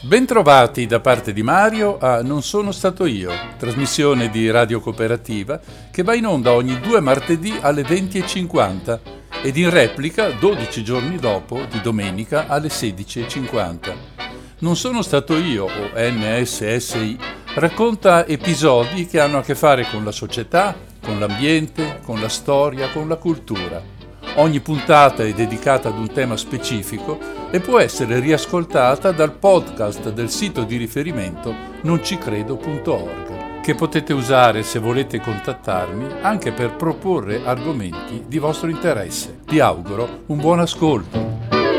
Bentrovati da parte di Mario a Non sono stato io, trasmissione di Radio Cooperativa che va in onda ogni 2 martedì alle 20:50 ed in replica 12 giorni dopo di domenica alle 16:50. Non sono stato io, o NSSI, racconta episodi che hanno a che fare con la società, con l'ambiente, con la storia, con la cultura. Ogni puntata è dedicata ad un tema specifico e può essere riascoltata dal podcast del sito di riferimento noncicredo.org, che potete usare se volete contattarmi anche per proporre argomenti di vostro interesse. Vi auguro un buon ascolto.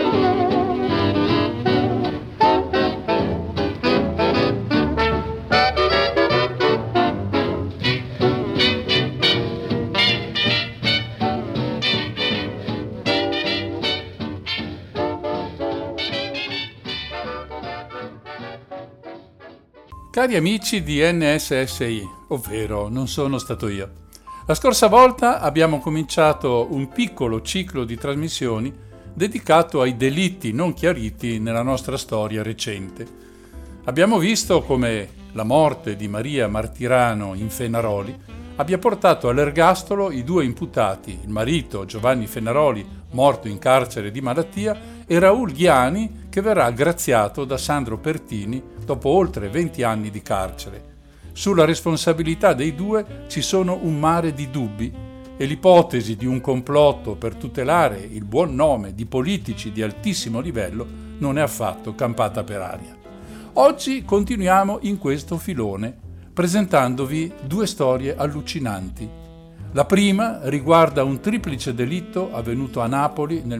Cari amici di NSSI, ovvero Non sono stato io. La scorsa volta abbiamo cominciato un piccolo ciclo di trasmissioni dedicato ai delitti non chiariti nella nostra storia recente. Abbiamo visto come la morte di Maria Martirano in Fenaroli abbia portato all'ergastolo i 2 imputati, il marito Giovanni Fenaroli, morto in carcere di malattia, e Raul Ghiani, che verrà graziato da Sandro Pertini dopo oltre 20 anni di carcere. Sulla responsabilità dei 2 ci sono un mare di dubbi e l'ipotesi di un complotto per tutelare il buon nome di politici di altissimo livello non è affatto campata per aria. Oggi continuiamo in questo filone, presentandovi 2 storie allucinanti. La prima riguarda un triplice delitto avvenuto a Napoli nel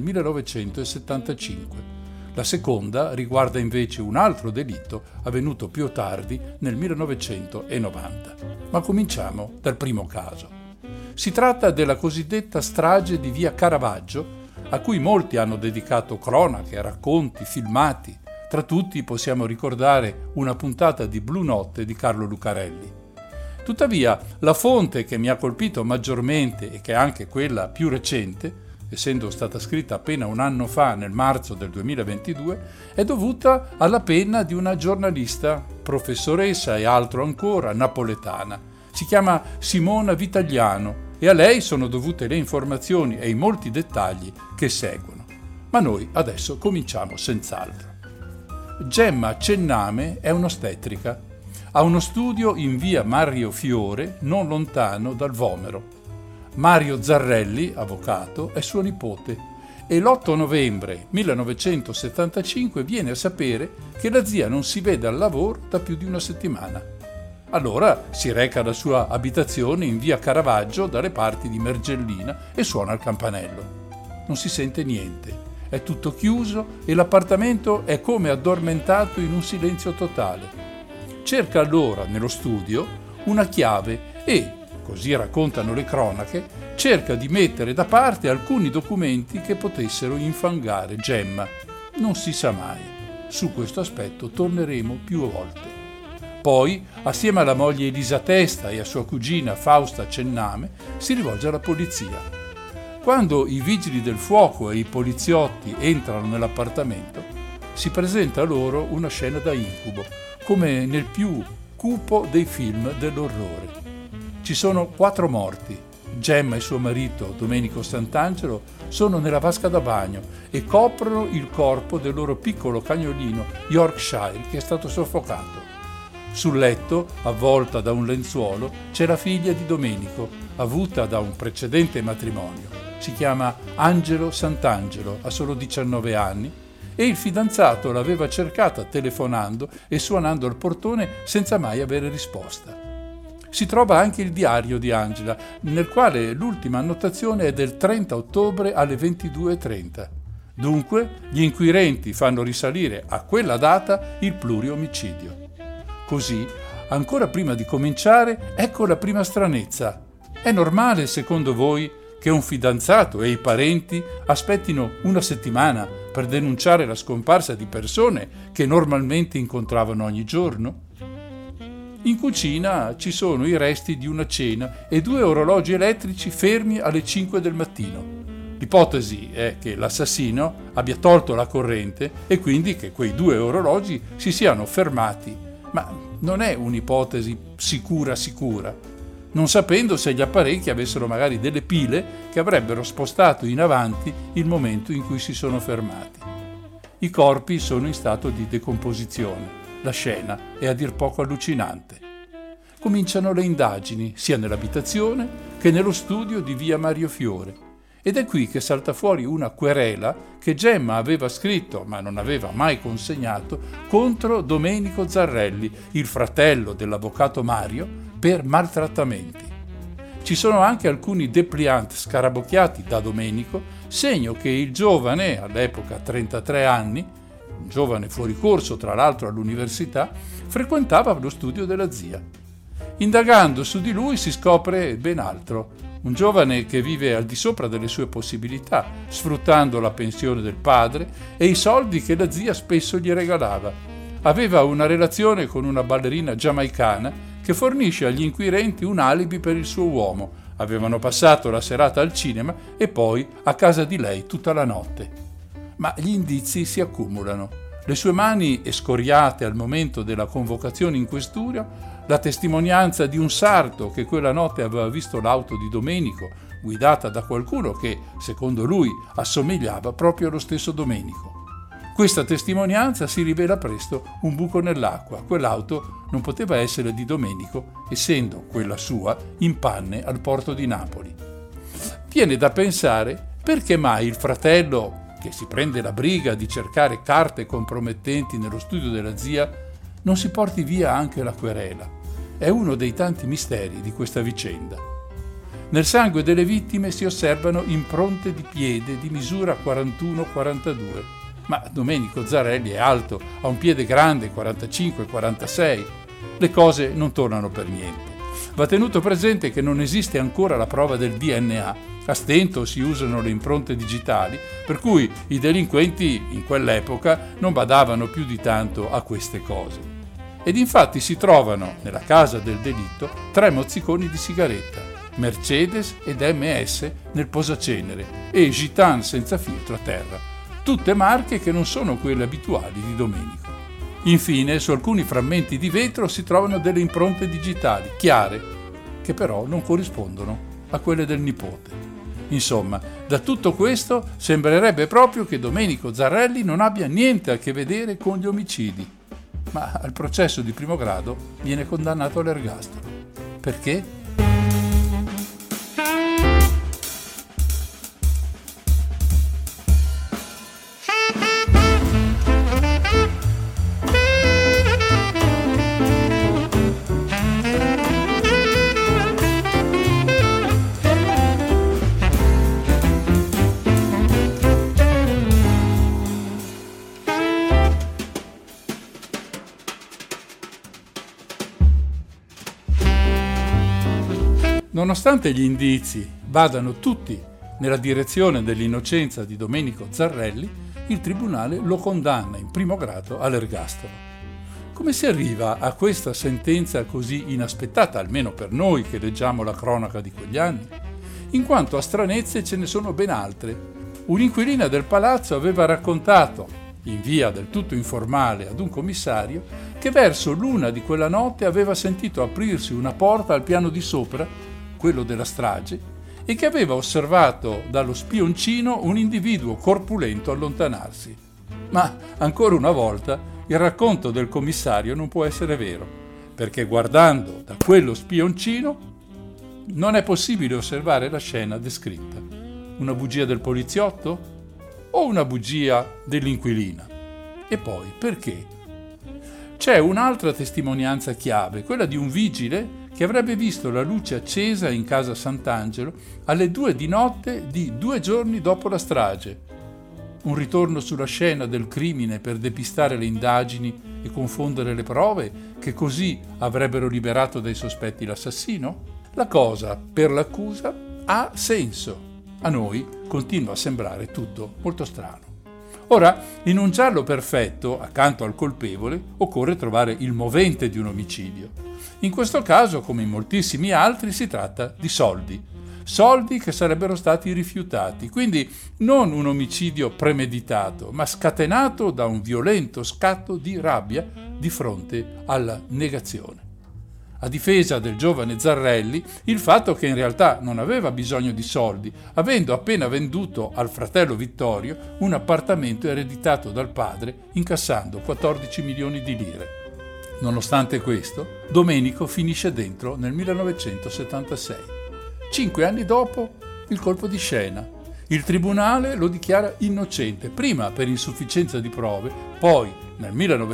1975. La seconda riguarda invece un altro delitto avvenuto più tardi nel 1990. Ma cominciamo dal primo caso. Si tratta della cosiddetta strage di via Caravaggio, a cui molti hanno dedicato cronache, racconti, filmati. Tra tutti possiamo ricordare una puntata di Blu Notte di Carlo Lucarelli. Tuttavia, la fonte che mi ha colpito maggiormente e che è anche quella più recente, essendo stata scritta appena un anno fa, nel marzo del 2022, è dovuta alla penna di una giornalista, professoressa e altro ancora, napoletana. Si chiama Simona Vitagliano e a lei sono dovute le informazioni e i molti dettagli che seguono. Ma noi adesso cominciamo senz'altro. Gemma Cenname è un'ostetrica. Ha uno studio in via Mario Fiore, non lontano dal Vomero. Mario Zarrelli, avvocato, è suo nipote e l'8 novembre 1975 viene a sapere che la zia non si vede al lavoro da più di una settimana. Allora si reca alla sua abitazione in via Caravaggio dalle parti di Mergellina e suona il campanello. Non si sente niente, è tutto chiuso e l'appartamento è come addormentato in un silenzio totale. Cerca allora nello studio una chiave e, così raccontano le cronache, cerca di mettere da parte alcuni documenti che potessero infangare Gemma. Non si sa mai. Su questo aspetto torneremo più volte. Poi, assieme alla moglie Elisa Testa e a sua cugina Fausta Cenname, si rivolge alla polizia. Quando i vigili del fuoco e i poliziotti entrano nell'appartamento, si presenta loro una scena da incubo, come nel più cupo dei film dell'orrore. Ci sono 4 morti. Gemma e suo marito, Domenico Sant'Angelo, sono nella vasca da bagno e coprono il corpo del loro piccolo cagnolino Yorkshire che è stato soffocato. Sul letto, avvolta da un lenzuolo, c'è la figlia di Domenico, avuta da un precedente matrimonio. Si chiama Angelo Sant'Angelo, ha solo 19 anni, e il fidanzato l'aveva cercata telefonando e suonando al portone senza mai avere risposta. Si trova anche il diario di Angela, nel quale l'ultima annotazione è del 30 ottobre alle 22:30. Dunque, gli inquirenti fanno risalire a quella data il pluriomicidio. Così, ancora prima di cominciare, ecco la prima stranezza. È normale, secondo voi, che un fidanzato e i parenti aspettino una settimana per denunciare la scomparsa di persone che normalmente incontravano ogni giorno? In cucina ci sono i resti di una cena e 2 orologi elettrici fermi alle 5 del mattino. L'ipotesi è che l'assassino abbia tolto la corrente e quindi che quei 2 orologi si siano fermati, ma non è un'ipotesi sicura, non sapendo se gli apparecchi avessero magari delle pile che avrebbero spostato in avanti il momento in cui si sono fermati. I corpi sono in stato di decomposizione, la scena è a dir poco allucinante. Cominciano le indagini sia nell'abitazione che nello studio di via Mario Fiore. Ed è qui che salta fuori una querela che Gemma aveva scritto, ma non aveva mai consegnato, contro Domenico Zarrelli, il fratello dell'avvocato Mario, per maltrattamenti. Ci sono anche alcuni dépliant scarabocchiati da Domenico, segno che il giovane, all'epoca 33 anni, un giovane fuori corso tra l'altro all'università, frequentava lo studio della zia. Indagando su di lui si scopre ben altro. Un giovane che vive al di sopra delle sue possibilità, sfruttando la pensione del padre e i soldi che la zia spesso gli regalava. Aveva una relazione con una ballerina giamaicana che fornisce agli inquirenti un alibi per il suo uomo. Avevano passato la serata al cinema e poi a casa di lei tutta la notte. Ma gli indizi si accumulano. Le sue mani escoriate al momento della convocazione in questura, la testimonianza di un sarto che quella notte aveva visto l'auto di Domenico guidata da qualcuno che, secondo lui, assomigliava proprio allo stesso Domenico. Questa testimonianza si rivela presto un buco nell'acqua. Quell'auto non poteva essere di Domenico, essendo quella sua in panne al porto di Napoli. Viene da pensare perché mai il fratello, che si prende la briga di cercare carte compromettenti nello studio della zia, non si porti via anche la querela. È uno dei tanti misteri di questa vicenda. Nel sangue delle vittime si osservano impronte di piede di misura 41-42, ma Domenico Zarrelli è alto, ha un piede grande 45-46. Le cose non tornano per niente. Va tenuto presente che non esiste ancora la prova del DNA. A stento si usano le impronte digitali, per cui i delinquenti in quell'epoca non badavano più di tanto a queste cose. Ed infatti si trovano nella casa del delitto 3 mozziconi di sigaretta, Mercedes ed MS nel posacenere e Gitan senza filtro a terra, tutte marche che non sono quelle abituali di Domenico. Infine, su alcuni frammenti di vetro si trovano delle impronte digitali chiare, che però non corrispondono a quelle del nipote. Insomma, da tutto questo sembrerebbe proprio che Domenico Zarrelli non abbia niente a che vedere con gli omicidi, ma al processo di primo grado viene condannato all'ergastolo. Perché? Nonostante gli indizi vadano tutti nella direzione dell'innocenza di Domenico Zarrelli, il tribunale lo condanna in primo grado all'ergastolo. Come si arriva a questa sentenza così inaspettata, almeno per noi che leggiamo la cronaca di quegli anni? In quanto a stranezze ce ne sono ben altre. Un'inquilina del palazzo aveva raccontato, in via del tutto informale ad un commissario, che verso l'1 di quella notte aveva sentito aprirsi una porta al piano di sopra, quello della strage, e che aveva osservato dallo spioncino un individuo corpulento allontanarsi. Ma ancora una volta il racconto del commissario non può essere vero, perché guardando da quello spioncino non è possibile osservare la scena descritta. Una bugia del poliziotto o una bugia dell'inquilina? E poi perché? C'è un'altra testimonianza chiave, quella di un vigile che avrebbe visto la luce accesa in casa Sant'Angelo alle 2 di notte di 2 giorni dopo la strage. Un ritorno sulla scena del crimine per depistare le indagini e confondere le prove che così avrebbero liberato dai sospetti l'assassino? La cosa, per l'accusa, ha senso. A noi continua a sembrare tutto molto strano. Ora, in un giallo perfetto, accanto al colpevole, occorre trovare il movente di un omicidio. In questo caso, come in moltissimi altri, si tratta di soldi. soldi che sarebbero stati rifiutati. Quindi non un omicidio premeditato, ma scatenato da un violento scatto di rabbia di fronte alla negazione. A difesa del giovane Zarrelli, il fatto che in realtà non aveva bisogno di soldi, avendo appena venduto al fratello Vittorio un appartamento ereditato dal padre, incassando 14 milioni di lire. Nonostante questo, Domenico finisce dentro nel 1976. 5 anni dopo, il colpo di scena. Il tribunale lo dichiara innocente, prima per insufficienza di prove, poi nel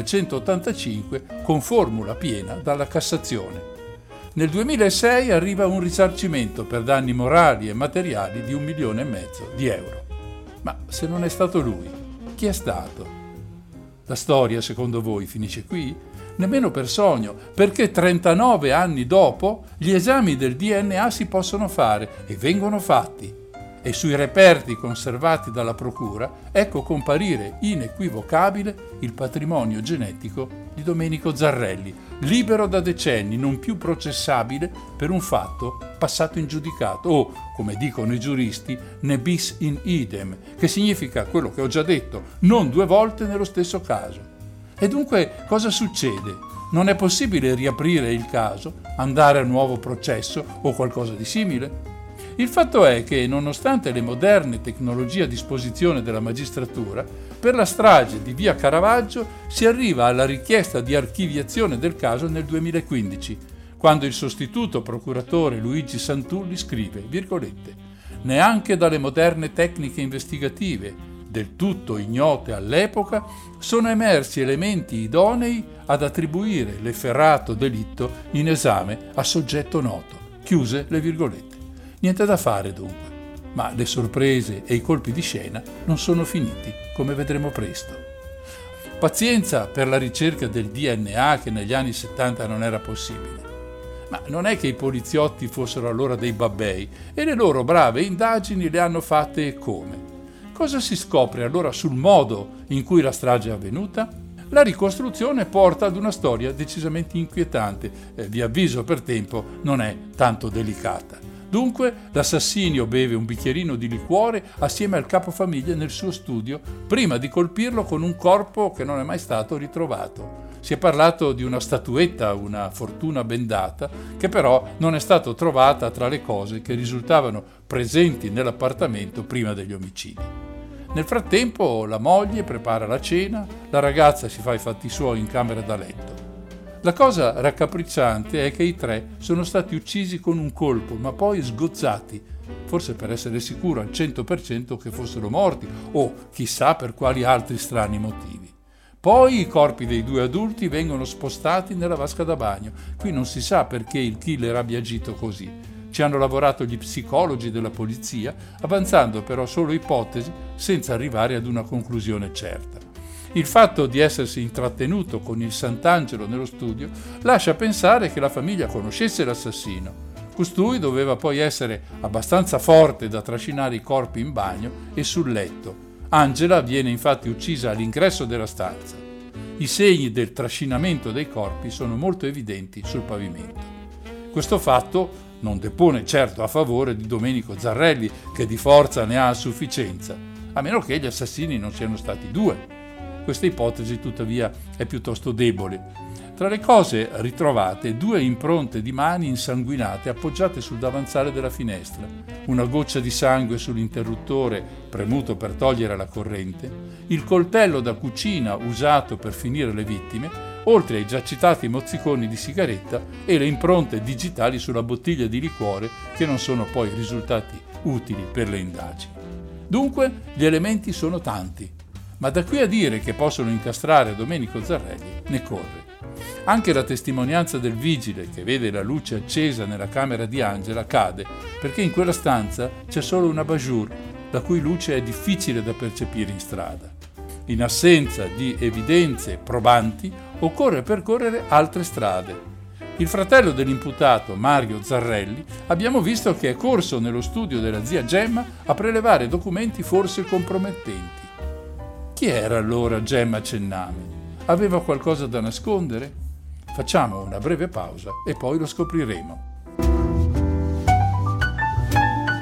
1985 con formula piena dalla Cassazione. Nel 2006 arriva un risarcimento per danni morali e materiali di 1,5 milioni di euro. Ma se non è stato lui, chi è stato? La storia, secondo voi, finisce qui? Nemmeno per sogno, perché 39 anni dopo gli esami del DNA si possono fare e vengono fatti. E sui reperti conservati dalla procura ecco comparire inequivocabile il patrimonio genetico di Domenico Zarrelli, libero da decenni, non più processabile per un fatto passato in giudicato o, come dicono i giuristi, ne bis in idem, che significa quello che ho già detto, non 2 volte nello stesso caso. E dunque cosa succede? Non è possibile riaprire il caso, andare a nuovo processo o qualcosa di simile? Il fatto è che, nonostante le moderne tecnologie a disposizione della magistratura, per la strage di via Caravaggio si arriva alla richiesta di archiviazione del caso nel 2015, quando il sostituto procuratore Luigi Santulli scrive, virgolette, «Neanche dalle moderne tecniche investigative, del tutto ignote all'epoca, sono emersi elementi idonei ad attribuire l'efferato delitto in esame a soggetto noto». Chiuse le virgolette. Niente da fare dunque, ma le sorprese e i colpi di scena non sono finiti, come vedremo presto. Pazienza per la ricerca del DNA che negli anni 70 non era possibile. Ma non è che i poliziotti fossero allora dei babbei e le loro brave indagini le hanno fatte e come. Cosa si scopre allora sul modo in cui la strage è avvenuta? La ricostruzione porta ad una storia decisamente inquietante. Vi avviso per tempo, non è tanto delicata. Dunque, l'assassinio beve un bicchierino di liquore assieme al capofamiglia nel suo studio, prima di colpirlo con un corpo che non è mai stato ritrovato. Si è parlato di una statuetta, una fortuna bendata, che però non è stata trovata tra le cose che risultavano presenti nell'appartamento prima degli omicidi. Nel frattempo, la moglie prepara la cena, la ragazza si fa i fatti suoi in camera da letto. La cosa raccapricciante è che i 3 sono stati uccisi con un colpo, ma poi sgozzati, forse per essere sicuro al 100% che fossero morti, o chissà per quali altri strani motivi. Poi i corpi dei 2 adulti vengono spostati nella vasca da bagno. Qui non si sa perché il killer abbia agito così. Ci hanno lavorato gli psicologi della polizia, avanzando però solo ipotesi senza arrivare ad una conclusione certa. Il fatto di essersi intrattenuto con il Sant'Angelo nello studio lascia pensare che la famiglia conoscesse l'assassino. Costui doveva poi essere abbastanza forte da trascinare i corpi in bagno e sul letto. Angela viene infatti uccisa all'ingresso della stanza. I segni del trascinamento dei corpi sono molto evidenti sul pavimento. Questo fatto non depone certo a favore di Domenico Zarrelli, che di forza ne ha a sufficienza, a meno che gli assassini non siano stati 2. Questa ipotesi, tuttavia, è piuttosto debole. Tra le cose ritrovate 2 impronte di mani insanguinate appoggiate sul davanzale della finestra, una goccia di sangue sull'interruttore premuto per togliere la corrente, il coltello da cucina usato per finire le vittime, oltre ai già citati mozziconi di sigaretta e le impronte digitali sulla bottiglia di liquore che non sono poi risultati utili per le indagini. Dunque, gli elementi sono tanti. Ma da qui a dire che possono incastrare Domenico Zarrelli ne corre. Anche la testimonianza del vigile che vede la luce accesa nella camera di Angela cade, perché in quella stanza c'è solo una abajur, la cui luce è difficile da percepire in strada. In assenza di evidenze probanti, occorre percorrere altre strade. Il fratello dell'imputato, Mario Zarrelli, abbiamo visto che è corso nello studio della zia Gemma a prelevare documenti forse compromettenti. Chi era allora Gemma Cennami? Aveva qualcosa da nascondere? Facciamo una breve pausa e poi lo scopriremo.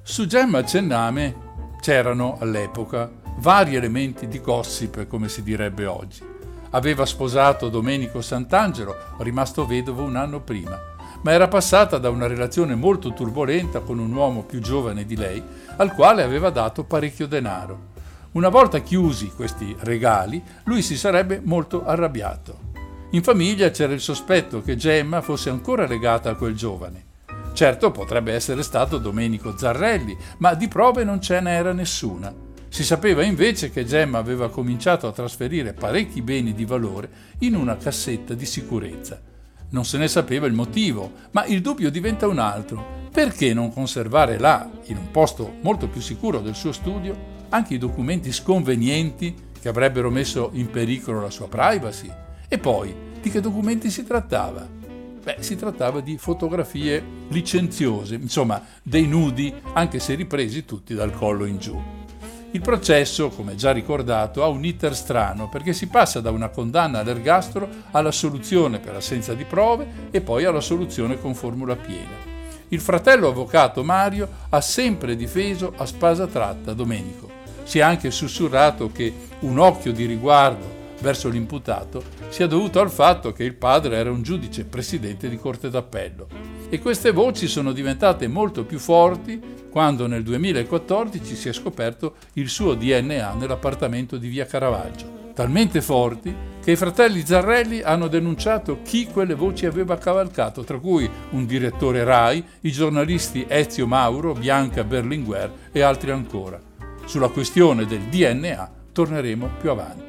Su Gemma Cenname c'erano all'epoca vari elementi di gossip, come si direbbe oggi. Aveva sposato Domenico Sant'Angelo, rimasto vedovo un anno prima, ma era passata da una relazione molto turbolenta con un uomo più giovane di lei, al quale aveva dato parecchio denaro. Una volta chiusi questi regali, lui si sarebbe molto arrabbiato. In famiglia c'era il sospetto che Gemma fosse ancora legata a quel giovane. Certo, potrebbe essere stato Domenico Zarrelli, ma di prove non ce n'era nessuna. Si sapeva invece che Gemma aveva cominciato a trasferire parecchi beni di valore in una cassetta di sicurezza. Non se ne sapeva il motivo, ma il dubbio diventa un altro. Perché non conservare là, in un posto molto più sicuro del suo studio, anche i documenti sconvenienti che avrebbero messo in pericolo la sua privacy? E poi, di che documenti si trattava? Si trattava di fotografie licenziose, insomma, dei nudi, anche se ripresi tutti dal collo in giù. Il processo, come già ricordato, ha un iter strano perché si passa da una condanna all'ergastolo alla soluzione per assenza di prove e poi alla soluzione con formula piena. Il fratello avvocato Mario ha sempre difeso a spasa tratta Domenico. Si è anche sussurrato che un occhio di riguardo verso l'imputato sia dovuto al fatto che il padre era un giudice presidente di corte d'appello. E queste voci sono diventate molto più forti quando nel 2014 si è scoperto il suo DNA nell'appartamento di via Caravaggio. Talmente forti che i fratelli Zarrelli hanno denunciato chi quelle voci aveva cavalcato, tra cui un direttore Rai, i giornalisti Ezio Mauro, Bianca Berlinguer e altri ancora. Sulla questione del DNA torneremo più avanti.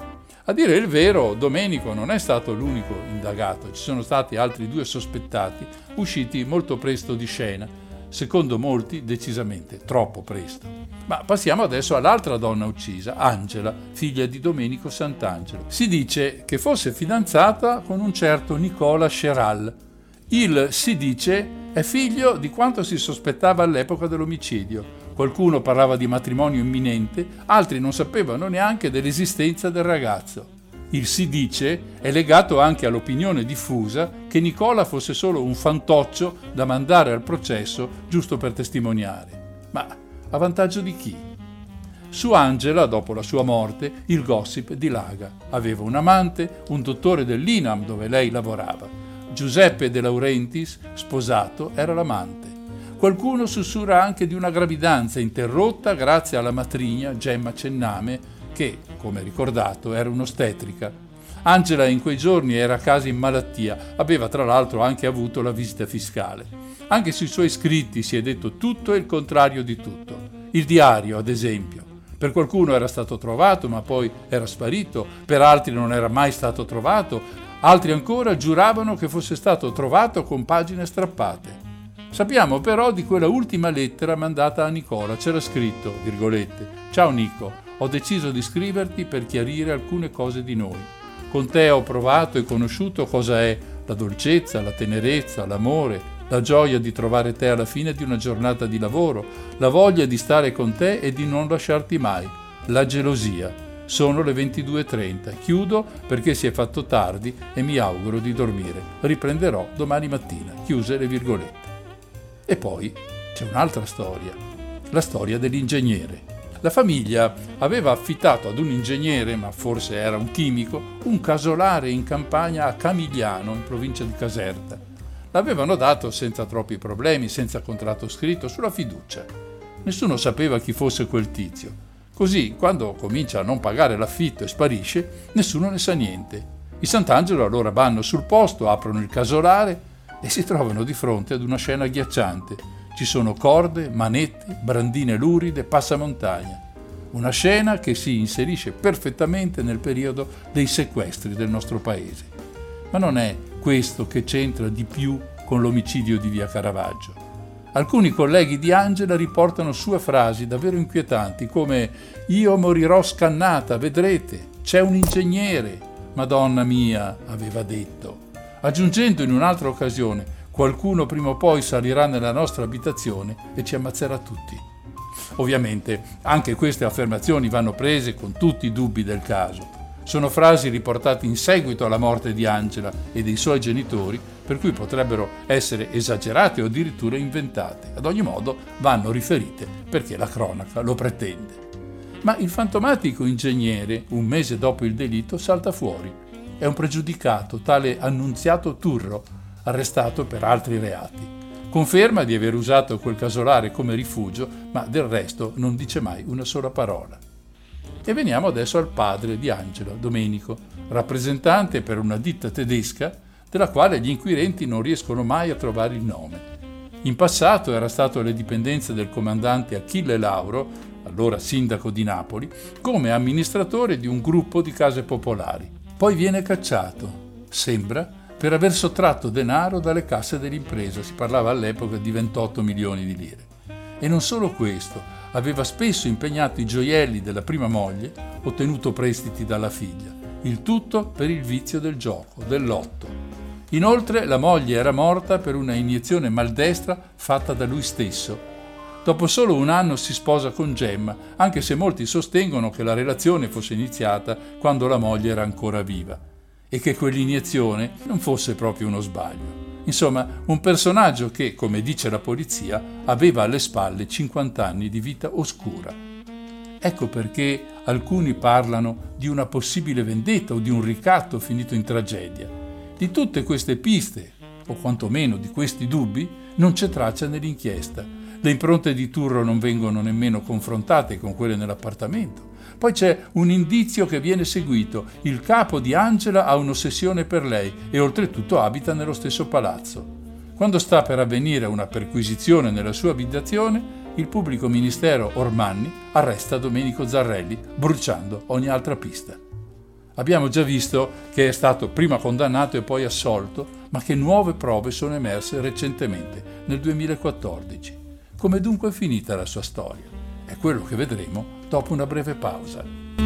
A dire il vero, Domenico non è stato l'unico indagato, ci sono stati altri 2 sospettati usciti molto presto di scena, secondo molti decisamente troppo presto. Ma passiamo adesso all'altra donna uccisa, Angela, figlia di Domenico Sant'Angelo. Si dice che fosse fidanzata con un certo Nicola Cheral. Il si dice è figlio di quanto si sospettava all'epoca dell'omicidio. Qualcuno parlava di matrimonio imminente, altri non sapevano neanche dell'esistenza del ragazzo. Il si dice è legato anche all'opinione diffusa che Nicola fosse solo un fantoccio da mandare al processo giusto per testimoniare. Ma a vantaggio di chi? Su Angela, dopo la sua morte, il gossip dilaga. Aveva un amante, un dottore dell'INAM dove lei lavorava. Giuseppe De Laurentiis, sposato, era l'amante. Qualcuno sussurra anche di una gravidanza interrotta grazie alla matrigna Gemma Cenname, che, come ricordato, era un'ostetrica. Angela in quei giorni era a casa in malattia, aveva tra l'altro anche avuto la visita fiscale. Anche sui suoi scritti si è detto tutto e il contrario di tutto. Il diario, ad esempio. Per qualcuno era stato trovato, ma poi era sparito, per altri non era mai stato trovato, altri ancora giuravano che fosse stato trovato con pagine strappate. Sappiamo però di quella ultima lettera mandata a Nicola. C'era scritto, virgolette, «Ciao Nico, ho deciso di scriverti per chiarire alcune cose di noi. Con te ho provato e conosciuto cosa è la dolcezza, la tenerezza, l'amore, la gioia di trovare te alla fine di una giornata di lavoro, la voglia di stare con te e di non lasciarti mai, la gelosia. Sono le 22:30, chiudo perché si è fatto tardi e mi auguro di dormire. Riprenderò domani mattina», chiuse le virgolette. E poi c'è un'altra storia, la storia dell'ingegnere. La famiglia aveva affittato ad un ingegnere, ma forse era un chimico, un casolare in campagna a Camigliano, in provincia di Caserta. L'avevano dato senza troppi problemi, senza contratto scritto, sulla fiducia. Nessuno sapeva chi fosse quel tizio. Così, quando comincia a non pagare l'affitto e sparisce, nessuno ne sa niente. I Sant'Angelo allora vanno sul posto, aprono il casolare e si trovano di fronte ad una scena agghiacciante. Ci sono corde, manette, brandine luride, passamontagna. Una scena che si inserisce perfettamente nel periodo dei sequestri del nostro paese. Ma non è questo che c'entra di più con l'omicidio di via Caravaggio. Alcuni colleghi di Angela riportano sue frasi davvero inquietanti come «Io morirò scannata, vedrete, c'è un ingegnere, Madonna mia», aveva detto. Aggiungendo in un'altra occasione, qualcuno prima o poi salirà nella nostra abitazione e ci ammazzerà tutti. Ovviamente anche queste affermazioni vanno prese con tutti i dubbi del caso. Sono frasi riportate in seguito alla morte di Angela e dei suoi genitori, per cui potrebbero essere esagerate o addirittura inventate. Ad ogni modo vanno riferite perché la cronaca lo pretende. Ma il fantomatico ingegnere, un mese dopo il delitto, salta fuori. È un pregiudicato, tale Annunziato Turro, arrestato per altri reati. Conferma di aver usato quel casolare come rifugio, ma del resto non dice mai una sola parola. E veniamo adesso al padre di Angela, Domenico, rappresentante per una ditta tedesca della quale gli inquirenti non riescono mai a trovare il nome. In passato era stato alle dipendenze del comandante Achille Lauro, allora sindaco di Napoli, come amministratore di un gruppo di case popolari. Poi viene cacciato, sembra, per aver sottratto denaro dalle casse dell'impresa. Si parlava all'epoca di 28 milioni di lire. E non solo questo, aveva spesso impegnato i gioielli della prima moglie, ottenuto prestiti dalla figlia, il tutto per il vizio del gioco, del lotto. Inoltre la moglie era morta per una iniezione maldestra fatta da lui stesso. Dopo solo un anno si sposa con Gemma, anche se molti sostengono che la relazione fosse iniziata quando la moglie era ancora viva e che quell'iniezione non fosse proprio uno sbaglio. Insomma, un personaggio che, come dice la polizia, aveva alle spalle 50 anni di vita oscura. Ecco perché alcuni parlano di una possibile vendetta o di un ricatto finito in tragedia. Di tutte queste piste, o quantomeno di questi dubbi, non c'è traccia nell'inchiesta. Le impronte di Turro non vengono nemmeno confrontate con quelle nell'appartamento. Poi c'è un indizio che viene seguito. Il capo di Angela ha un'ossessione per lei e oltretutto abita nello stesso palazzo. Quando sta per avvenire una perquisizione nella sua abitazione, il pubblico ministero Ormanni arresta Domenico Zarrelli, bruciando ogni altra pista. Abbiamo già visto che è stato prima condannato e poi assolto, ma che nuove prove sono emerse recentemente, nel 2014. Come dunque è finita la sua storia? È quello che vedremo dopo una breve pausa.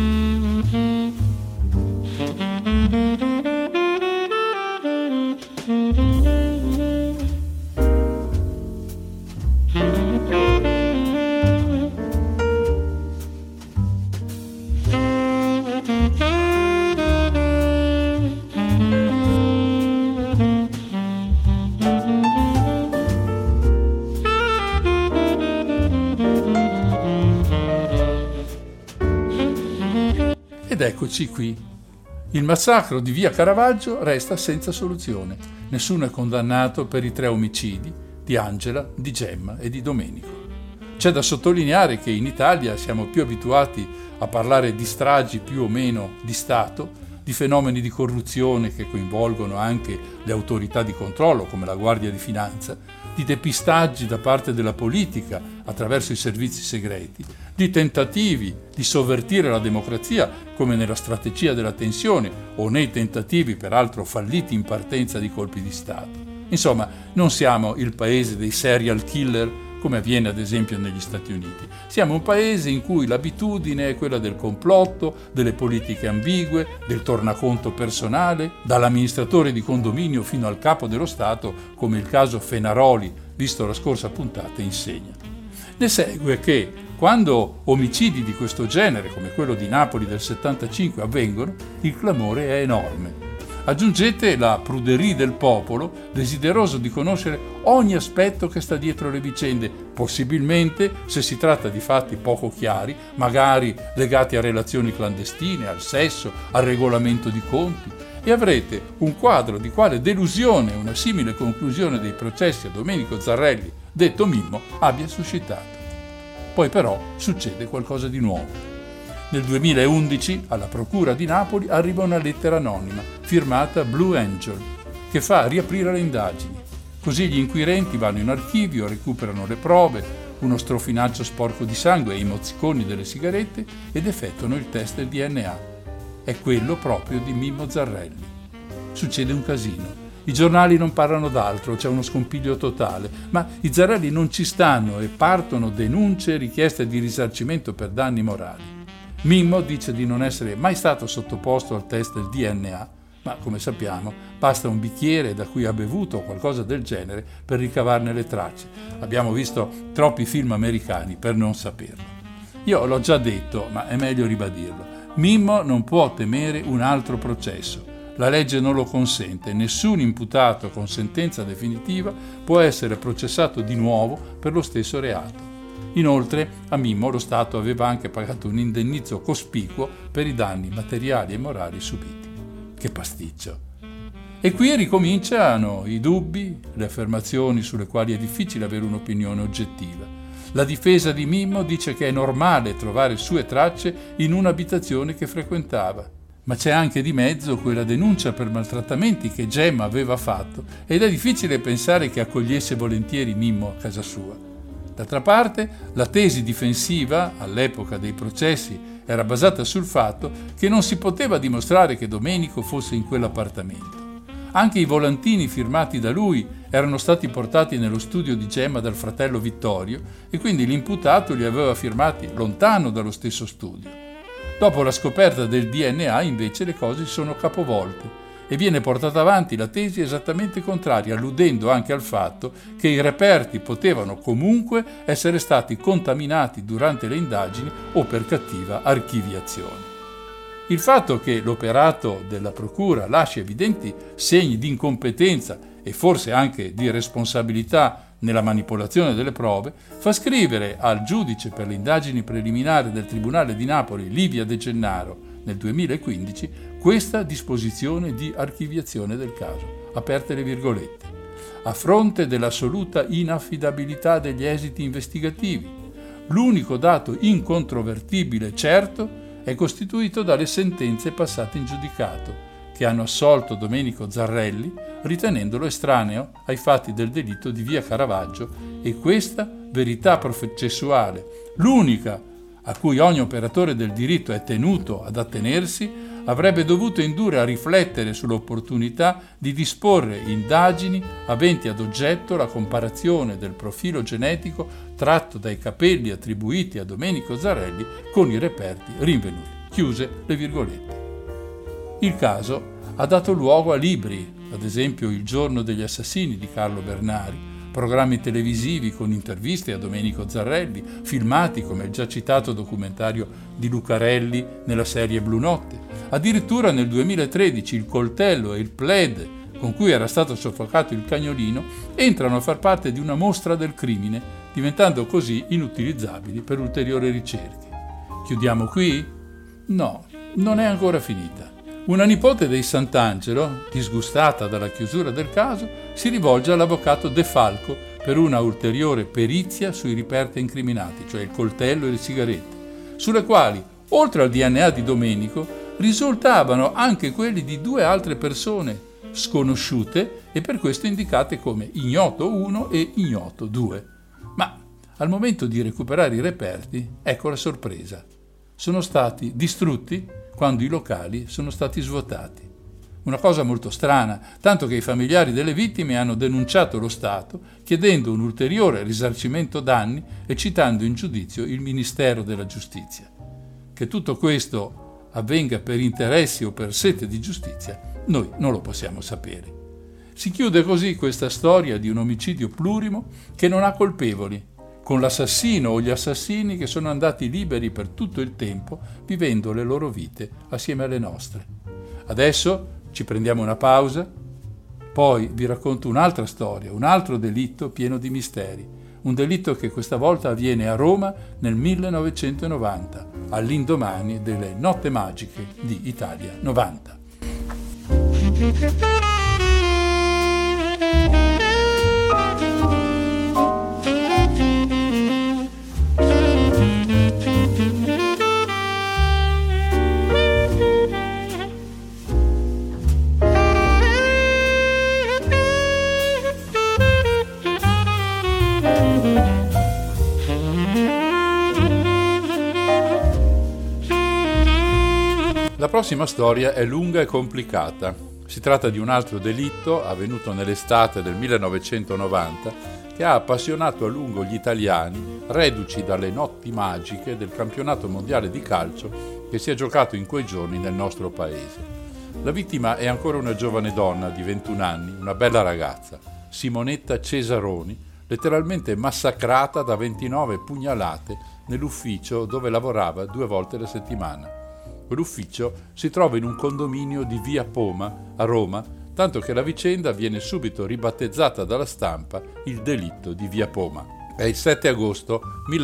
Ed eccoci qui. Il massacro di via Caravaggio resta senza soluzione. Nessuno è condannato per i 3 omicidi di Angela, di Gemma e di Domenico. C'è da sottolineare che in Italia siamo più abituati a parlare di stragi più o meno di Stato, di fenomeni di corruzione che coinvolgono anche le autorità di controllo come la Guardia di Finanza, di depistaggi da parte della politica attraverso i servizi segreti, di tentativi di sovvertire la democrazia come nella strategia della tensione o nei tentativi peraltro falliti in partenza di colpi di Stato. Insomma, non siamo il paese dei serial killer come avviene ad esempio negli Stati Uniti. Siamo un paese in cui l'abitudine è quella del complotto, delle politiche ambigue, del tornaconto personale, dall'amministratore di condominio fino al capo dello Stato, come il caso Fenaroli, visto la scorsa puntata, insegna. Ne segue che quando omicidi di questo genere, come quello di Napoli del 75, avvengono, il clamore è enorme. Aggiungete la pruderie del popolo, desideroso di conoscere ogni aspetto che sta dietro le vicende, possibilmente, se si tratta di fatti poco chiari, magari legati a relazioni clandestine, al sesso, al regolamento di conti, e avrete un quadro di quale delusione una simile conclusione dei processi a Domenico Zarrelli, detto Mimmo, abbia suscitato. Poi però succede qualcosa di nuovo. Nel 2011 alla Procura di Napoli arriva una lettera anonima firmata Blue Angel che fa riaprire le indagini. Così gli inquirenti vanno in archivio, recuperano le prove, uno strofinaccio sporco di sangue e i mozziconi delle sigarette ed effettuano il test del DNA. È quello proprio di Mimmo Zarrelli. Succede un casino. I giornali non parlano d'altro, c'è uno scompiglio totale, ma i Zarrelli non ci stanno e partono denunce e richieste di risarcimento per danni morali. Mimmo dice di non essere mai stato sottoposto al test del DNA, ma come sappiamo basta un bicchiere da cui ha bevuto o qualcosa del genere per ricavarne le tracce. Abbiamo visto troppi film americani per non saperlo. Io l'ho già detto, ma è meglio ribadirlo. Mimmo non può temere un altro processo. La legge non lo consente, nessun imputato con sentenza definitiva può essere processato di nuovo per lo stesso reato. Inoltre, a Mimmo lo Stato aveva anche pagato un indennizzo cospicuo per i danni materiali e morali subiti. Che pasticcio! E qui ricominciano i dubbi, le affermazioni sulle quali è difficile avere un'opinione oggettiva. La difesa di Mimmo dice che è normale trovare sue tracce in un'abitazione che frequentava. Ma c'è anche di mezzo quella denuncia per maltrattamenti che Gemma aveva fatto ed è difficile pensare che accogliesse volentieri Mimmo a casa sua. D'altra parte, la tesi difensiva, all'epoca dei processi, era basata sul fatto che non si poteva dimostrare che Domenico fosse in quell'appartamento. Anche i volantini firmati da lui erano stati portati nello studio di Gemma dal fratello Vittorio e quindi l'imputato li aveva firmati lontano dallo stesso studio. Dopo la scoperta del DNA, invece, le cose sono capovolte e viene portata avanti la tesi esattamente contraria, alludendo anche al fatto che i reperti potevano comunque essere stati contaminati durante le indagini o per cattiva archiviazione. Il fatto che l'operato della procura lasci evidenti segni di incompetenza e forse anche di responsabilità nella manipolazione delle prove fa scrivere al giudice per le indagini preliminari del Tribunale di Napoli, Livia De Gennaro, nel 2015, questa disposizione di archiviazione del caso. Aperte le virgolette. A fronte dell'assoluta inaffidabilità degli esiti investigativi, l'unico dato incontrovertibile certo è costituito dalle sentenze passate in giudicato, che hanno assolto Domenico Zarrelli ritenendolo estraneo ai fatti del delitto di via Caravaggio, e questa verità processuale, l'unica a cui ogni operatore del diritto è tenuto ad attenersi, avrebbe dovuto indurre a riflettere sull'opportunità di disporre indagini aventi ad oggetto la comparazione del profilo genetico tratto dai capelli attribuiti a Domenico Zarrelli con i reperti rinvenuti. Chiuse le virgolette. Il caso ha dato luogo a libri, ad esempio Il giorno degli assassini di Carlo Bernari, programmi televisivi con interviste a Domenico Zarrelli, filmati come il già citato documentario di Lucarelli nella serie Blu Notte. Addirittura nel 2013 il coltello e il plaid con cui era stato soffocato il cagnolino entrano a far parte di una mostra del crimine, diventando così inutilizzabili per ulteriori ricerche. Chiudiamo qui? No, non è ancora finita. Una nipote dei Sant'Angelo, disgustata dalla chiusura del caso, si rivolge all'avvocato De Falco per una ulteriore perizia sui reperti incriminati, cioè il coltello e le sigarette, sulle quali, oltre al DNA di Domenico, risultavano anche quelli di 2 altre persone sconosciute e per questo indicate come ignoto 1 e ignoto 2. Ma al momento di recuperare i reperti, ecco la sorpresa. Sono stati distrutti quando i locali sono stati svuotati. Una cosa molto strana, tanto che i familiari delle vittime hanno denunciato lo Stato chiedendo un ulteriore risarcimento danni e citando in giudizio il Ministero della Giustizia. Che tutto questo avvenga per interessi o per sete di giustizia, noi non lo possiamo sapere. Si chiude così questa storia di un omicidio plurimo che non ha colpevoli, con l'assassino o gli assassini che sono andati liberi per tutto il tempo, vivendo le loro vite assieme alle nostre. Adesso ci prendiamo una pausa, poi vi racconto un'altra storia, un altro delitto pieno di misteri, un delitto che questa volta avviene a Roma nel 1990, all'indomani delle Notte Magiche di Italia 90. La prossima storia è lunga e complicata. Si tratta di un altro delitto avvenuto nell'estate del 1990 che ha appassionato a lungo gli italiani, reduci dalle notti magiche del campionato mondiale di calcio che si è giocato in quei giorni nel nostro paese. La vittima è ancora una giovane donna di 21 anni, una bella ragazza, Simonetta Cesaroni, letteralmente massacrata da 29 pugnalate nell'ufficio dove lavorava 2 volte alla settimana. L'ufficio si trova in un condominio di via Poma, a Roma, tanto che la vicenda viene subito ribattezzata dalla stampa il delitto di via Poma. È il 7 agosto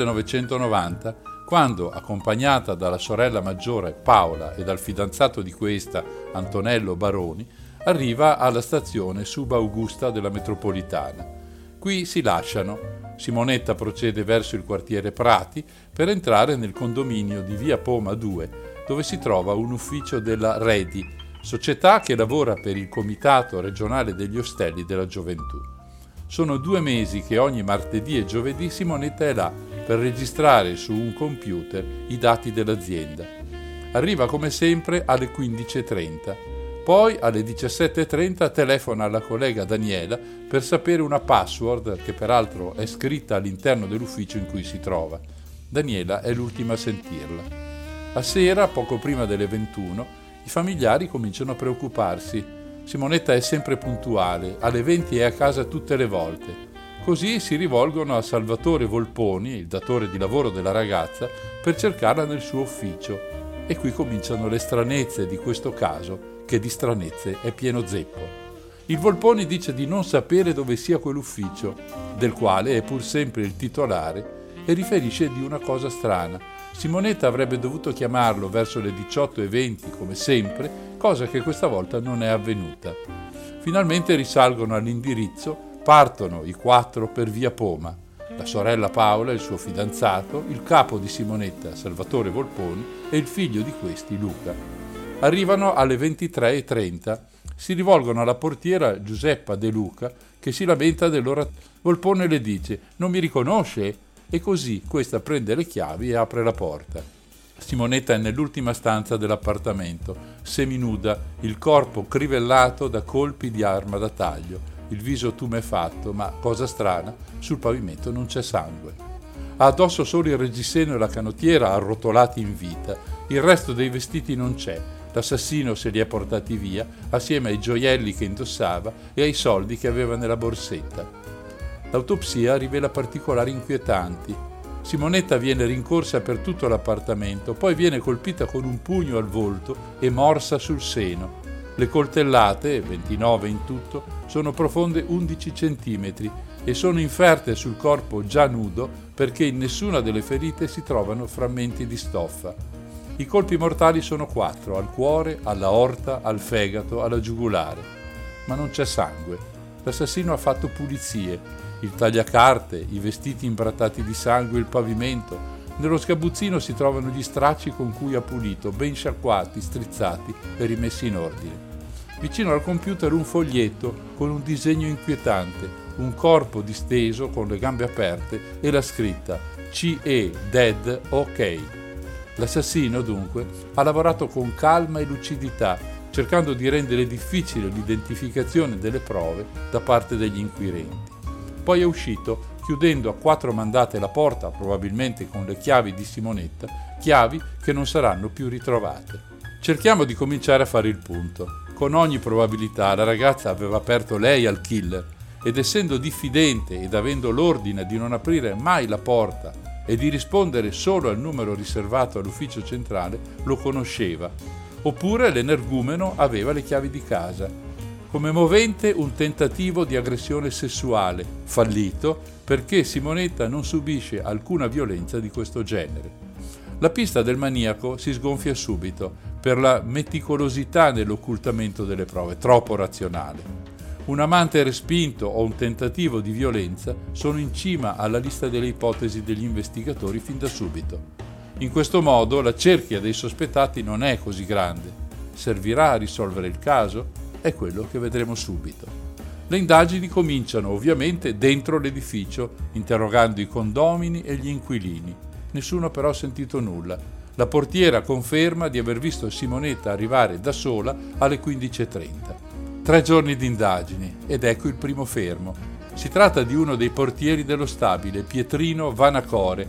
1990 quando, accompagnata dalla sorella maggiore Paola e dal fidanzato di questa, Antonello Baroni, arriva alla stazione Subaugusta della metropolitana. Qui si lasciano. Simonetta procede verso il quartiere Prati per entrare nel condominio di via Poma 2, dove si trova un ufficio della REDI, società che lavora per il Comitato regionale degli ostelli della gioventù. Sono 2 mesi che ogni martedì e giovedì Simonetta è là per registrare su un computer i dati dell'azienda. Arriva come sempre alle 15:30. Poi alle 17:30 telefona alla collega Daniela per sapere una password che peraltro è scritta all'interno dell'ufficio in cui si trova. Daniela è l'ultima a sentirla. A sera, poco prima delle 21, i familiari cominciano a preoccuparsi. Simonetta è sempre puntuale, alle 20 è a casa tutte le volte. Così si rivolgono a Salvatore Volponi, il datore di lavoro della ragazza, per cercarla nel suo ufficio. E qui cominciano le stranezze di questo caso, che di stranezze è pieno zeppo. Il Volponi dice di non sapere dove sia quell'ufficio, del quale è pur sempre il titolare, e riferisce di una cosa strana. Simonetta avrebbe dovuto chiamarlo verso le 18:20 come sempre, cosa che questa volta non è avvenuta. Finalmente risalgono all'indirizzo, partono i 4 per via Poma. La sorella Paola, il suo fidanzato, il capo di Simonetta, Salvatore Volponi, e il figlio di questi, Luca. Arrivano alle 23:30, si rivolgono alla portiera Giuseppa De Luca, che si lamenta dell'ora. Volpone le dice: «Non mi riconosce?» E così questa prende le chiavi e apre la porta. Simonetta è nell'ultima stanza dell'appartamento, seminuda, il corpo crivellato da colpi di arma da taglio, il viso tumefatto, ma, cosa strana, sul pavimento non c'è sangue. Ha addosso solo il reggiseno e la canottiera arrotolati in vita, il resto dei vestiti non c'è. L'assassino se li ha portati via, assieme ai gioielli che indossava e ai soldi che aveva nella borsetta. L'autopsia rivela particolari inquietanti. Simonetta viene rincorsa per tutto l'appartamento, poi viene colpita con un pugno al volto e morsa sul seno. Le coltellate, 29 in tutto, sono profonde 11 centimetri e sono inferte sul corpo già nudo perché in nessuna delle ferite si trovano frammenti di stoffa. I colpi mortali sono 4, al cuore, alla aorta, al fegato, alla giugulare. Ma non c'è sangue. L'assassino ha fatto pulizie. Il tagliacarte, i vestiti imbrattati di sangue, il pavimento. Nello sgabuzzino si trovano gli stracci con cui ha pulito, ben sciacquati, strizzati e rimessi in ordine. Vicino al computer un foglietto con un disegno inquietante, un corpo disteso con le gambe aperte e la scritta CE Dead OK. L'assassino, dunque, ha lavorato con calma e lucidità, cercando di rendere difficile l'identificazione delle prove da parte degli inquirenti. Poi è uscito, chiudendo a 4 mandate la porta, probabilmente con le chiavi di Simonetta, chiavi che non saranno più ritrovate. Cerchiamo di cominciare a fare il punto. Con ogni probabilità la ragazza aveva aperto lei al killer ed essendo diffidente ed avendo l'ordine di non aprire mai la porta e di rispondere solo al numero riservato all'ufficio centrale, lo conosceva. Oppure l'energumeno aveva le chiavi di casa. Come movente un tentativo di aggressione sessuale, fallito perché Simonetta non subisce alcuna violenza di questo genere. La pista del maniaco si sgonfia subito per la meticolosità nell'occultamento delle prove, troppo razionale. Un amante respinto o un tentativo di violenza sono in cima alla lista delle ipotesi degli investigatori fin da subito. In questo modo la cerchia dei sospettati non è così grande. Servirà a risolvere il caso? È quello che vedremo subito. Le indagini cominciano ovviamente dentro l'edificio, interrogando i condomini e gli inquilini. Nessuno però ha sentito nulla. La portiera conferma di aver visto Simonetta arrivare da sola alle 15:30. 3 giorni di indagini ed ecco il primo fermo. Si tratta di uno dei portieri dello stabile, Pietrino Vanacore,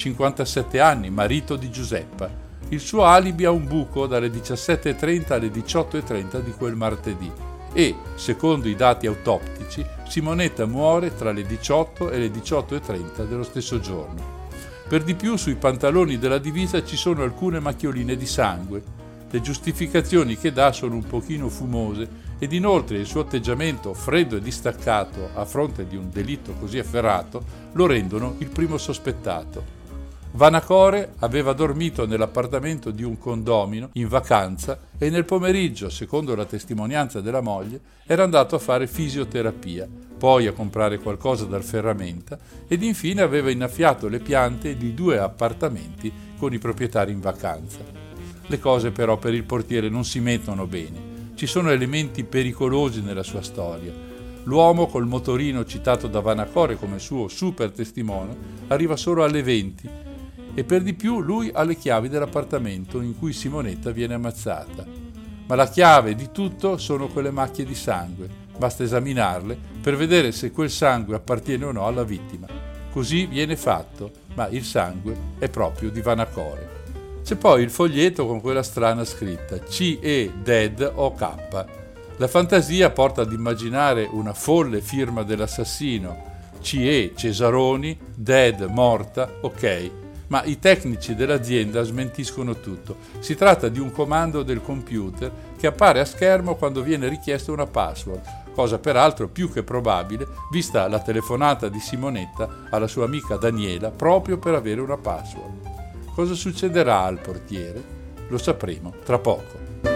57 anni, marito di Giuseppa. Il suo alibi ha un buco dalle 17:30 alle 18:30 di quel martedì e, secondo i dati autoptici, Simonetta muore tra le 18 e le 18:30 dello stesso giorno. Per di più, sui pantaloni della divisa ci sono alcune macchioline di sangue. Le giustificazioni che dà sono un pochino fumose ed inoltre il suo atteggiamento freddo e distaccato a fronte di un delitto così efferato lo rendono il primo sospettato. Vanacore aveva dormito nell'appartamento di un condomino in vacanza e nel pomeriggio, secondo la testimonianza della moglie, era andato a fare fisioterapia, poi a comprare qualcosa dal ferramenta ed infine aveva innaffiato le piante di 2 appartamenti con i proprietari in vacanza. Le cose però per il portiere non si mettono bene. Ci sono elementi pericolosi nella sua storia. L'uomo col motorino citato da Vanacore come suo super testimone arriva solo alle 20 e per di più lui ha le chiavi dell'appartamento in cui Simonetta viene ammazzata. Ma la chiave di tutto sono quelle macchie di sangue. Basta esaminarle per vedere se quel sangue appartiene o no alla vittima. Così viene fatto, ma il sangue è proprio di Vanacore. C'è poi il foglietto con quella strana scritta CE Dead OK. La fantasia porta ad immaginare una folle firma dell'assassino, CE Cesaroni, Dead morta, ok. Ma i tecnici dell'azienda smentiscono tutto. Si tratta di un comando del computer che appare a schermo quando viene richiesta una password, cosa peraltro più che probabile vista la telefonata di Simonetta alla sua amica Daniela proprio per avere una password. Cosa succederà al portiere? Lo sapremo tra poco.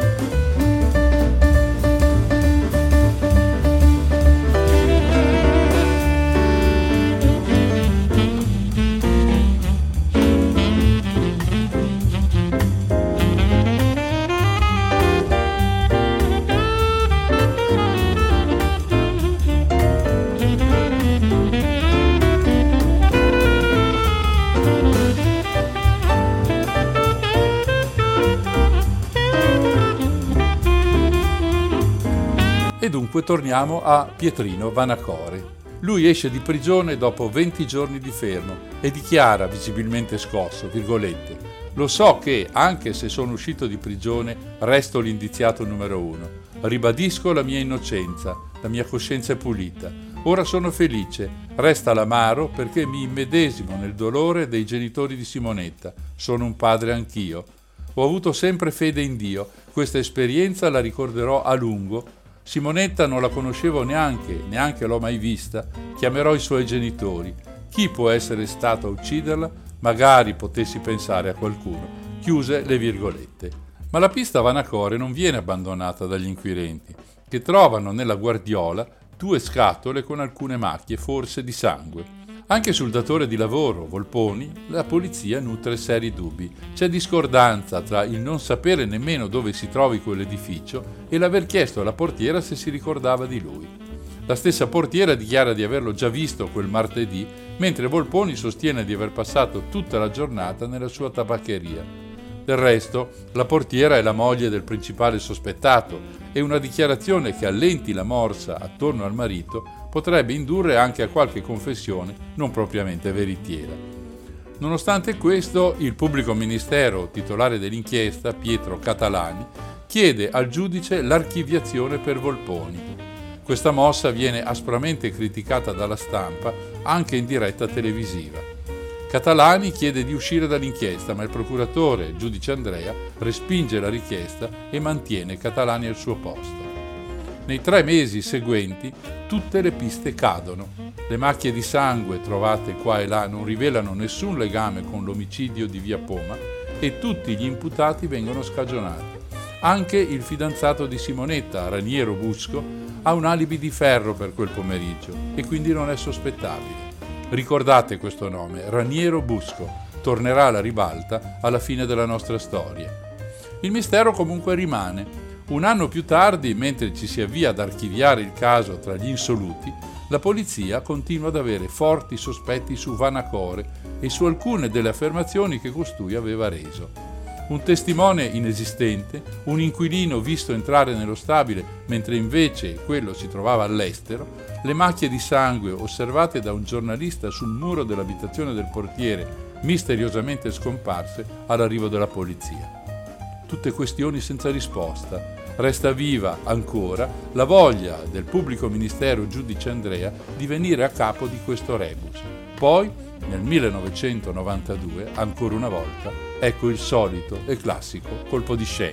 E dunque torniamo a Pietrino Vanacore. Lui esce di prigione dopo 20 giorni di fermo e dichiara, visibilmente scosso, virgolette, «Lo so che, anche se sono uscito di prigione, resto l'indiziato numero 1. Ribadisco la mia innocenza, la mia coscienza è pulita. Ora sono felice, resta l'amaro perché mi immedesimo nel dolore dei genitori di Simonetta. Sono un padre anch'io. Ho avuto sempre fede in Dio, questa esperienza la ricorderò a lungo. Simonetta non la conoscevo neanche l'ho mai vista. Chiamerò i suoi genitori. Chi può essere stato a ucciderla? Magari potessi pensare a qualcuno». Chiuse le virgolette. Ma la pista Vanacore non viene abbandonata dagli inquirenti, che trovano nella guardiola 2 scatole con alcune macchie, forse di sangue. Anche sul datore di lavoro, Volponi, la polizia nutre seri dubbi. C'è discordanza tra il non sapere nemmeno dove si trovi quell'edificio e l'aver chiesto alla portiera se si ricordava di lui. La stessa portiera dichiara di averlo già visto quel martedì, mentre Volponi sostiene di aver passato tutta la giornata nella sua tabaccheria. Del resto, la portiera è la moglie del principale sospettato e una dichiarazione che allenti la morsa attorno al marito potrebbe indurre anche a qualche confessione non propriamente veritiera. Nonostante questo, il pubblico ministero titolare dell'inchiesta, Pietro Catalani, chiede al giudice l'archiviazione per Volponi. Questa mossa viene aspramente criticata dalla stampa, anche in diretta televisiva. Catalani chiede di uscire dall'inchiesta, ma il procuratore, giudice Andrea, respinge la richiesta e mantiene Catalani al suo posto. Nei 3 mesi seguenti tutte le piste cadono. Le macchie di sangue trovate qua e là non rivelano nessun legame con l'omicidio di Via Poma e tutti gli imputati vengono scagionati. Anche il fidanzato di Simonetta, Raniero Busco, ha un alibi di ferro per quel pomeriggio e quindi non è sospettabile. Ricordate questo nome, Raniero Busco, tornerà alla ribalta alla fine della nostra storia. Il mistero comunque rimane. Un anno più tardi, mentre ci si avvia ad archiviare il caso tra gli insoluti, la polizia continua ad avere forti sospetti su Vanacore e su alcune delle affermazioni che costui aveva reso. Un testimone inesistente, un inquilino visto entrare nello stabile mentre invece quello si trovava all'estero, le macchie di sangue osservate da un giornalista sul muro dell'abitazione del portiere misteriosamente scomparse all'arrivo della polizia. Tutte questioni senza risposta. Resta viva ancora la voglia del pubblico ministero giudice Andrea di venire a capo di questo rebus. Poi, nel 1992, ancora una volta, ecco il solito e classico colpo di scena.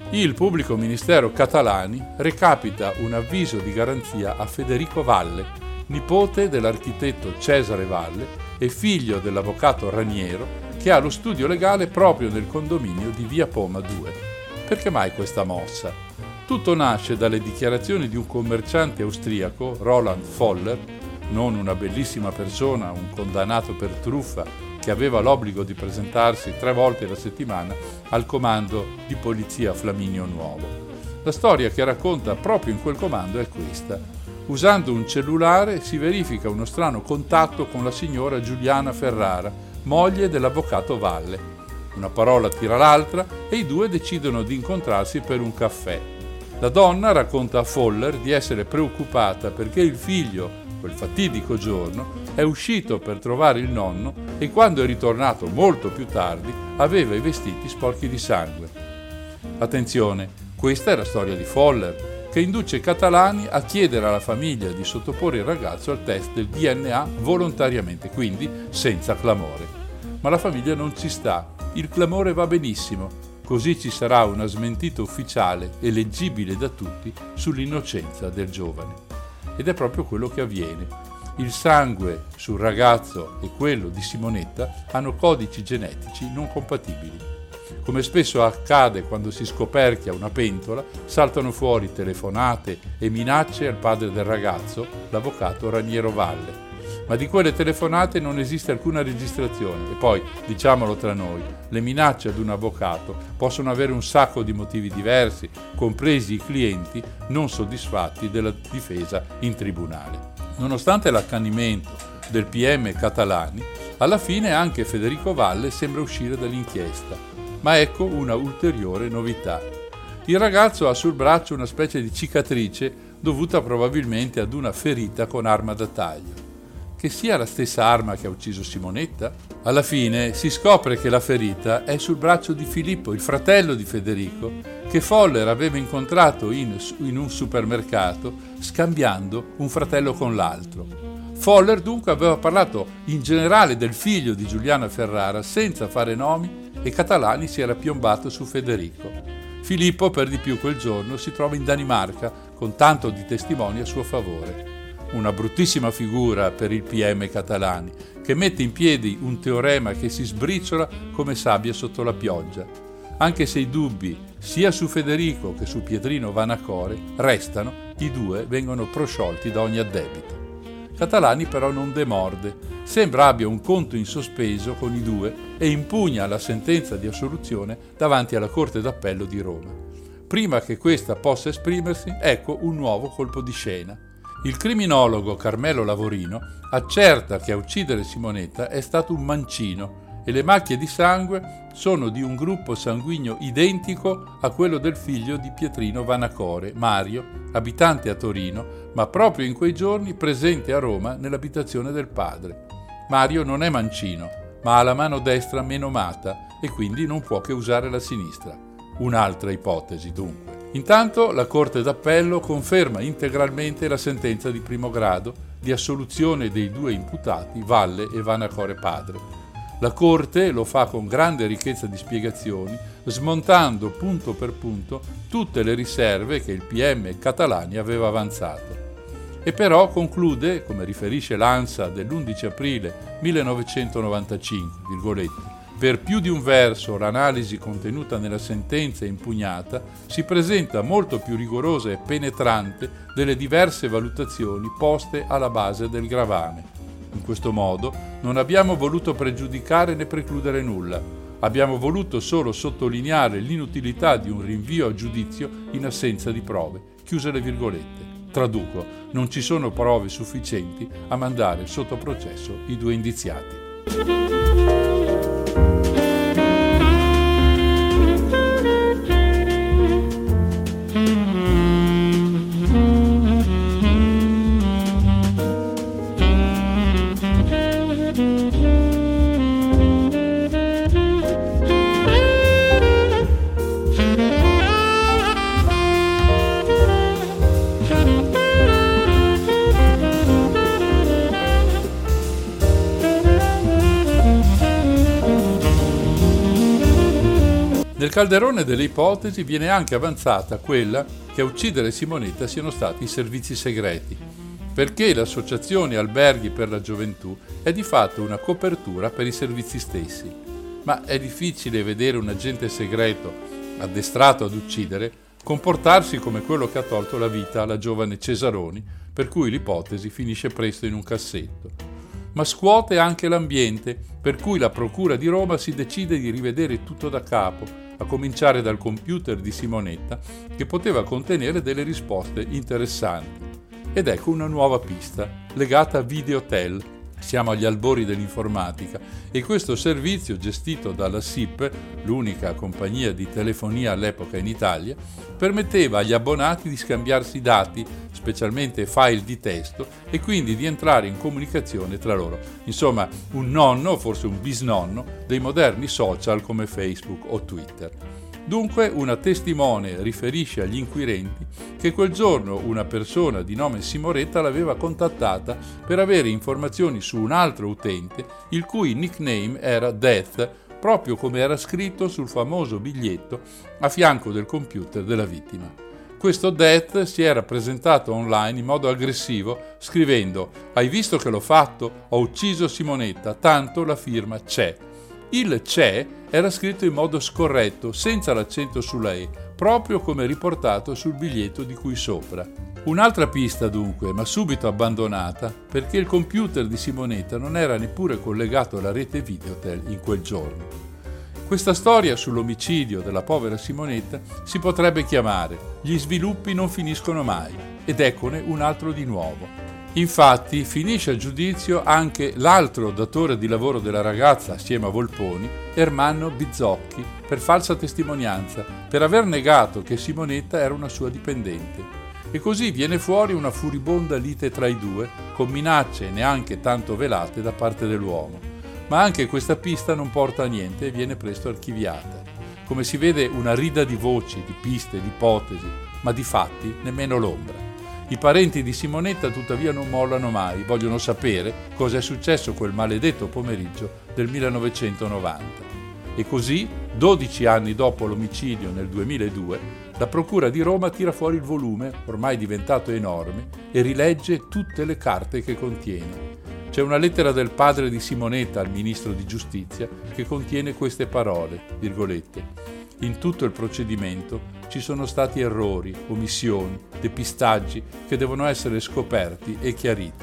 il pubblico ministero Catalani recapita un avviso di garanzia a Federico Valle, nipote dell'architetto Cesare Valle e figlio dell'avvocato Raniero, che ha lo studio legale proprio nel condominio di Via Poma 2. Perché mai questa mossa? Tutto nasce dalle dichiarazioni di un commerciante austriaco, Roland Foller, non una bellissima persona, un condannato per truffa che aveva l'obbligo di presentarsi 3 volte alla settimana al comando di polizia Flaminio Nuovo. La storia che racconta proprio in quel comando è questa. Usando un cellulare si verifica uno strano contatto con la signora Giuliana Ferrara, moglie dell'avvocato Valle. Una parola tira l'altra e i due decidono di incontrarsi per un caffè. La donna racconta a Foller di essere preoccupata perché il figlio, quel fatidico giorno, è uscito per trovare il nonno e quando è ritornato molto più tardi aveva i vestiti sporchi di sangue. Attenzione, questa è la storia di Foller, che induce Catalani a chiedere alla famiglia di sottoporre il ragazzo al test del DNA volontariamente, quindi senza clamore. Ma la famiglia non ci sta, il clamore va benissimo, così ci sarà una smentita ufficiale e leggibile da tutti sull'innocenza del giovane. Ed è proprio quello che avviene. Il sangue sul ragazzo e quello di Simonetta hanno codici genetici non compatibili. Come spesso accade quando si scoperchia una pentola, saltano fuori telefonate e minacce al padre del ragazzo, l'avvocato Raniero Valle. Ma di quelle telefonate non esiste alcuna registrazione e poi, diciamolo tra noi, le minacce ad un avvocato possono avere un sacco di motivi diversi, compresi i clienti non soddisfatti della difesa in tribunale. Nonostante l'accanimento del PM Catalani, alla fine anche Federico Valle sembra uscire dall'inchiesta. Ma ecco una ulteriore novità. Il ragazzo ha sul braccio una specie di cicatrice dovuta probabilmente ad una ferita con arma da taglio. Che sia la stessa arma che ha ucciso Simonetta? Alla fine si scopre che la ferita è sul braccio di Filippo, il fratello di Federico, che Foller aveva incontrato in un supermercato scambiando un fratello con l'altro. Foller dunque aveva parlato in generale del figlio di Giuliana Ferrara senza fare nomi e Catalani si era piombato su Federico. Filippo per di più quel giorno si trova in Danimarca con tanto di testimoni a suo favore. Una bruttissima figura per il PM Catalani, che mette in piedi un teorema che si sbriciola come sabbia sotto la pioggia. Anche se i dubbi, sia su Federico che su Pietrino Vanacore, restano, i due vengono prosciolti da ogni addebito. Catalani però non demorde, sembra abbia un conto in sospeso con i due e impugna la sentenza di assoluzione davanti alla Corte d'Appello di Roma. Prima che questa possa esprimersi, ecco un nuovo colpo di scena. Il criminologo Carmelo Lavorino accerta che a uccidere Simonetta è stato un mancino e le macchie di sangue sono di un gruppo sanguigno identico a quello del figlio di Pietrino Vanacore, Mario, abitante a Torino, ma proprio in quei giorni presente a Roma nell'abitazione del padre. Mario non è mancino, ma ha la mano destra menomata e quindi non può che usare la sinistra. Un'altra ipotesi, dunque. Intanto la Corte d'Appello conferma integralmente la sentenza di primo grado di assoluzione dei due imputati, Valle e Vanacore padre. La Corte lo fa con grande ricchezza di spiegazioni, smontando punto per punto tutte le riserve che il PM Catalani aveva avanzato. E però conclude, come riferisce l'ANSA dell'11 aprile 1995, virgolette, per più di un verso l'analisi contenuta nella sentenza impugnata si presenta molto più rigorosa e penetrante delle diverse valutazioni poste alla base del gravame. In questo modo non abbiamo voluto pregiudicare né precludere nulla, abbiamo voluto solo sottolineare l'inutilità di un rinvio a giudizio in assenza di prove. Chiuse le virgolette. Traduco, non ci sono prove sufficienti a mandare sotto processo i due indiziati. Nel calderone delle ipotesi viene anche avanzata quella che a uccidere Simonetta siano stati i servizi segreti, perché l'associazione Alberghi per la Gioventù è di fatto una copertura per i servizi stessi. Ma è difficile vedere un agente segreto, addestrato ad uccidere, comportarsi come quello che ha tolto la vita alla giovane Cesaroni, per cui l'ipotesi finisce presto in un cassetto. Ma scuote anche l'ambiente, per cui la Procura di Roma si decide di rivedere tutto da capo, a cominciare dal computer di Simonetta, che poteva contenere delle risposte interessanti. Ed ecco una nuova pista, legata a Videotel. Siamo agli albori dell'informatica e questo servizio, gestito dalla SIP, l'unica compagnia di telefonia all'epoca in Italia, permetteva agli abbonati di scambiarsi dati, specialmente file di testo, e quindi di entrare in comunicazione tra loro. Insomma, un nonno, forse un bisnonno, dei moderni social come Facebook o Twitter. Dunque una testimone riferisce agli inquirenti che quel giorno una persona di nome Simonetta l'aveva contattata per avere informazioni su un altro utente il cui nickname era Death, proprio come era scritto sul famoso biglietto a fianco del computer della vittima. Questo Death si era presentato online in modo aggressivo scrivendo: «Hai visto che l'ho fatto? Ho ucciso Simonetta, tanto la firma c'è». Il c'è era scritto in modo scorretto, senza l'accento sulla E, proprio come riportato sul biglietto di cui sopra. Un'altra pista dunque, ma subito abbandonata, perché il computer di Simonetta non era neppure collegato alla rete Videotel in quel giorno. Questa storia sull'omicidio della povera Simonetta si potrebbe chiamare «Gli sviluppi non finiscono mai», ed eccone un altro di nuovo. Infatti finisce a giudizio anche l'altro datore di lavoro della ragazza assieme a Volponi, Ermanno Bizzocchi, per falsa testimonianza, per aver negato che Simonetta era una sua dipendente. E così viene fuori una furibonda lite tra i due, con minacce neanche tanto velate da parte dell'uomo. Ma anche questa pista non porta a niente e viene presto archiviata. Come si vede, una rida di voci, di piste, di ipotesi, ma di fatti nemmeno l'ombra. I parenti di Simonetta tuttavia non mollano mai, vogliono sapere cosa è successo quel maledetto pomeriggio del 1990. E così, 12 anni dopo l'omicidio nel 2002, la Procura di Roma tira fuori il volume, ormai diventato enorme, e rilegge tutte le carte che contiene. C'è una lettera del padre di Simonetta al ministro di Giustizia che contiene queste parole, virgolette: «In tutto il procedimento ci sono stati errori, omissioni, depistaggi che devono essere scoperti e chiariti».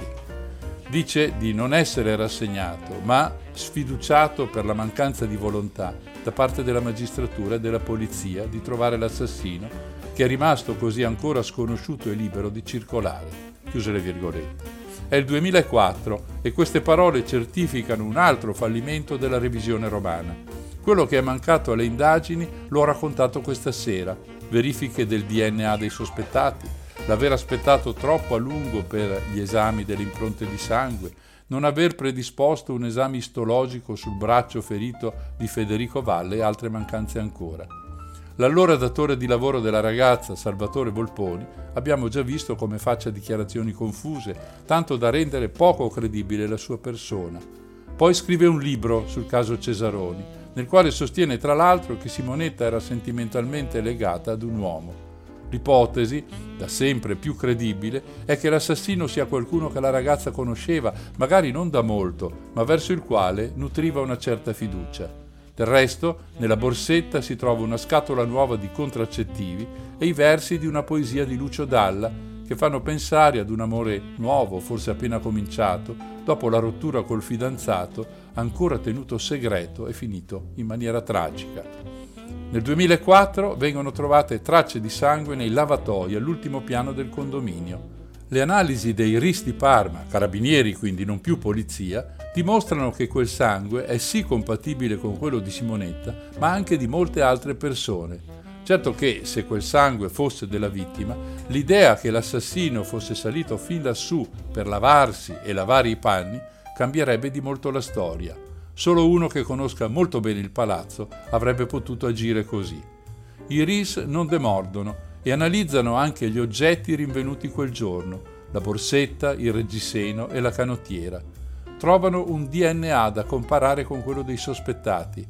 Dice di non essere rassegnato, ma sfiduciato per la mancanza di volontà da parte della magistratura e della polizia di trovare l'assassino, che è rimasto così ancora sconosciuto e libero di circolare. Chiuse le virgolette. È il 2004 e queste parole certificano un altro fallimento della revisione romana. Quello che è mancato alle indagini l'ho raccontato questa sera: verifiche del DNA dei sospettati, l'aver aspettato troppo a lungo per gli esami delle impronte di sangue, non aver predisposto un esame istologico sul braccio ferito di Federico Valle e altre mancanze ancora. L'allora datore di lavoro della ragazza, Salvatore Volponi, abbiamo già visto come faccia dichiarazioni confuse, tanto da rendere poco credibile la sua persona. Poi scrive un libro sul caso Cesaroni, nel quale sostiene tra l'altro che Simonetta era sentimentalmente legata ad un uomo. L'ipotesi, da sempre più credibile, è che l'assassino sia qualcuno che la ragazza conosceva, magari non da molto, ma verso il quale nutriva una certa fiducia. Del resto, nella borsetta si trova una scatola nuova di contraccettivi e i versi di una poesia di Lucio Dalla, che fanno pensare ad un amore nuovo, forse appena cominciato, dopo la rottura col fidanzato, ancora tenuto segreto e finito in maniera tragica. Nel 2004 vengono trovate tracce di sangue nei lavatoi all'ultimo piano del condominio. Le analisi dei RIS di Parma, carabinieri quindi non più polizia, dimostrano che quel sangue è sì compatibile con quello di Simonetta, ma anche di molte altre persone. Certo che, se quel sangue fosse della vittima, l'idea che l'assassino fosse salito fin lassù per lavarsi e lavare i panni cambierebbe di molto la storia. Solo uno che conosca molto bene il palazzo avrebbe potuto agire così. I RIS non demordono e analizzano anche gli oggetti rinvenuti quel giorno, la borsetta, il reggiseno e la canottiera. Trovano un DNA da comparare con quello dei sospettati.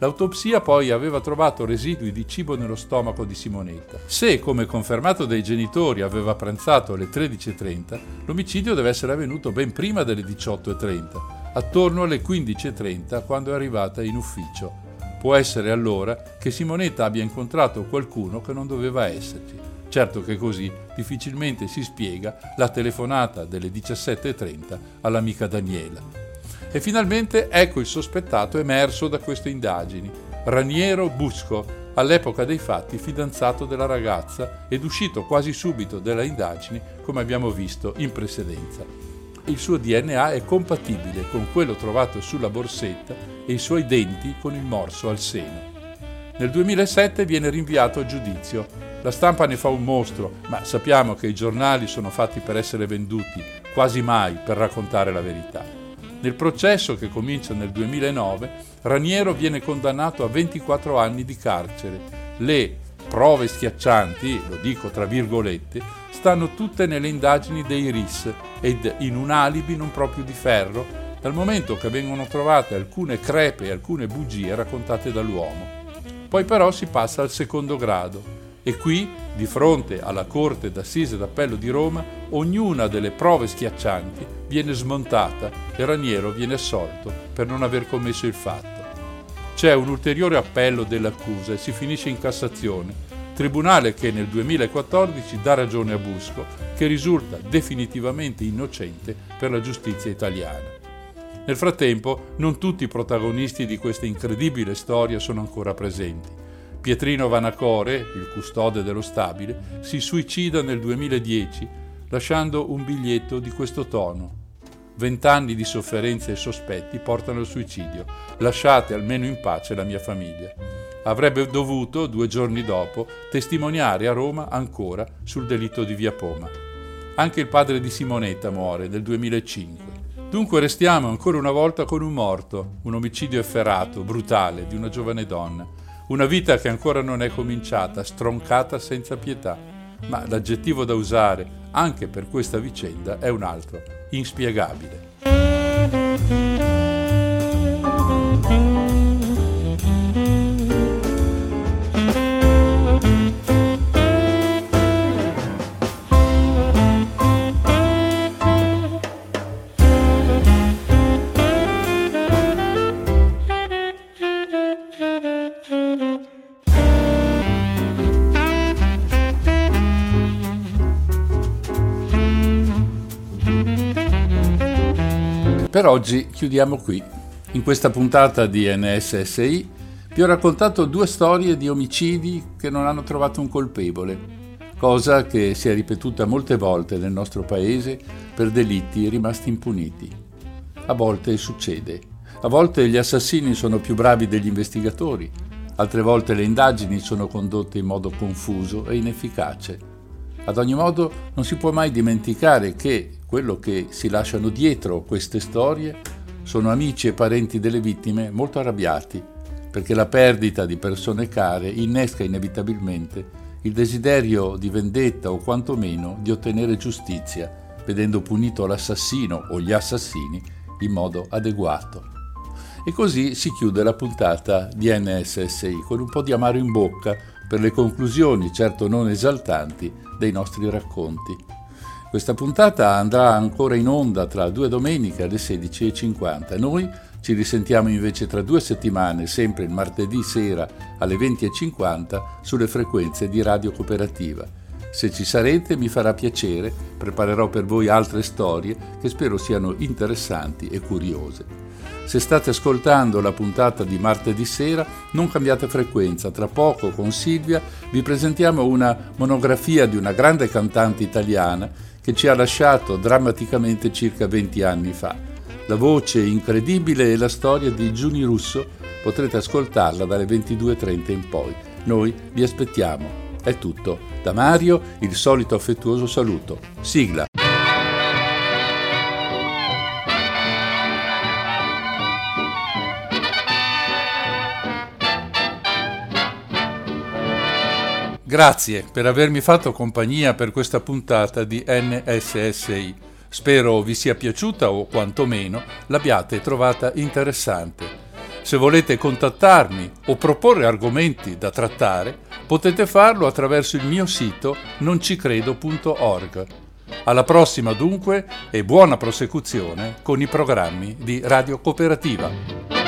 L'autopsia poi aveva trovato residui di cibo nello stomaco di Simonetta. Se, come confermato dai genitori, aveva pranzato alle 13:30, l'omicidio deve essere avvenuto ben prima delle 18:30, attorno alle 15:30 quando è arrivata in ufficio. Può essere allora che Simonetta abbia incontrato qualcuno che non doveva esserci. Certo che così difficilmente si spiega la telefonata delle 17:30 all'amica Daniela. E finalmente ecco il sospettato emerso da queste indagini, Raniero Busco, all'epoca dei fatti fidanzato della ragazza ed uscito quasi subito dalle indagini, come abbiamo visto in precedenza. Il suo DNA è compatibile con quello trovato sulla borsetta e i suoi denti con il morso al seno. Nel 2007 viene rinviato a giudizio. La stampa ne fa un mostro, ma sappiamo che i giornali sono fatti per essere venduti, quasi mai per raccontare la verità. Nel processo, che comincia nel 2009, Raniero viene condannato a 24 anni di carcere. Le prove schiaccianti, lo dico tra virgolette, stanno tutte nelle indagini dei RIS ed in un alibi non proprio di ferro, dal momento che vengono trovate alcune crepe e alcune bugie raccontate dall'uomo. Poi però si passa al secondo grado. E qui, di fronte alla Corte d'Assise d'Appello di Roma, ognuna delle prove schiaccianti viene smontata e Raniero viene assolto per non aver commesso il fatto. C'è un ulteriore appello dell'accusa e si finisce in Cassazione, tribunale che nel 2014 dà ragione a Busco, che risulta definitivamente innocente per la giustizia italiana. Nel frattempo, non tutti i protagonisti di questa incredibile storia sono ancora presenti. Pietrino Vanacore, il custode dello stabile, si suicida nel 2010 lasciando un biglietto di questo tono: 20 anni di sofferenze e sospetti portano al suicidio, lasciate almeno in pace la mia famiglia. Avrebbe dovuto, 2 giorni dopo, testimoniare a Roma ancora sul delitto di Via Poma. Anche il padre di Simonetta muore nel 2005. Dunque restiamo ancora una volta con un morto, un omicidio efferato, brutale, di una giovane donna. Una vita che ancora non è cominciata, stroncata senza pietà. Ma l'aggettivo da usare anche per questa vicenda è un altro: inspiegabile. Per oggi chiudiamo qui. In questa puntata di NSSI vi ho raccontato 2 storie di omicidi che non hanno trovato un colpevole, cosa che si è ripetuta molte volte nel nostro paese per delitti rimasti impuniti. A volte succede. A volte gli assassini sono più bravi degli investigatori, altre volte le indagini sono condotte in modo confuso e inefficace. Ad ogni modo non si può mai dimenticare che quello che si lasciano dietro queste storie sono amici e parenti delle vittime molto arrabbiati, perché la perdita di persone care innesca inevitabilmente il desiderio di vendetta o quantomeno di ottenere giustizia, vedendo punito l'assassino o gli assassini in modo adeguato. E così si chiude la puntata di NSSI con un po' di amaro in bocca per le conclusioni, certo non esaltanti, dei nostri racconti. Questa puntata andrà ancora in onda tra 2 domeniche alle 16:50. Noi ci risentiamo invece tra 2 settimane, sempre il martedì sera alle 20:50 sulle frequenze di Radio Cooperativa. Se ci sarete mi farà piacere, preparerò per voi altre storie che spero siano interessanti e curiose. Se state ascoltando la puntata di martedì sera, non cambiate frequenza. Tra poco con Silvia vi presentiamo una monografia di una grande cantante italiana che ci ha lasciato drammaticamente circa 20 anni fa. La voce incredibile e la storia di Giuni Russo potrete ascoltarla dalle 22:30 in poi. Noi vi aspettiamo. È tutto. Da Mario il solito affettuoso saluto. Sigla. Grazie per avermi fatto compagnia per questa puntata di NSSI. Spero vi sia piaciuta o quantomeno l'abbiate trovata interessante. Se volete contattarmi o proporre argomenti da trattare, potete farlo attraverso il mio sito noncicredo.org. Alla prossima dunque e buona prosecuzione con i programmi di Radio Cooperativa.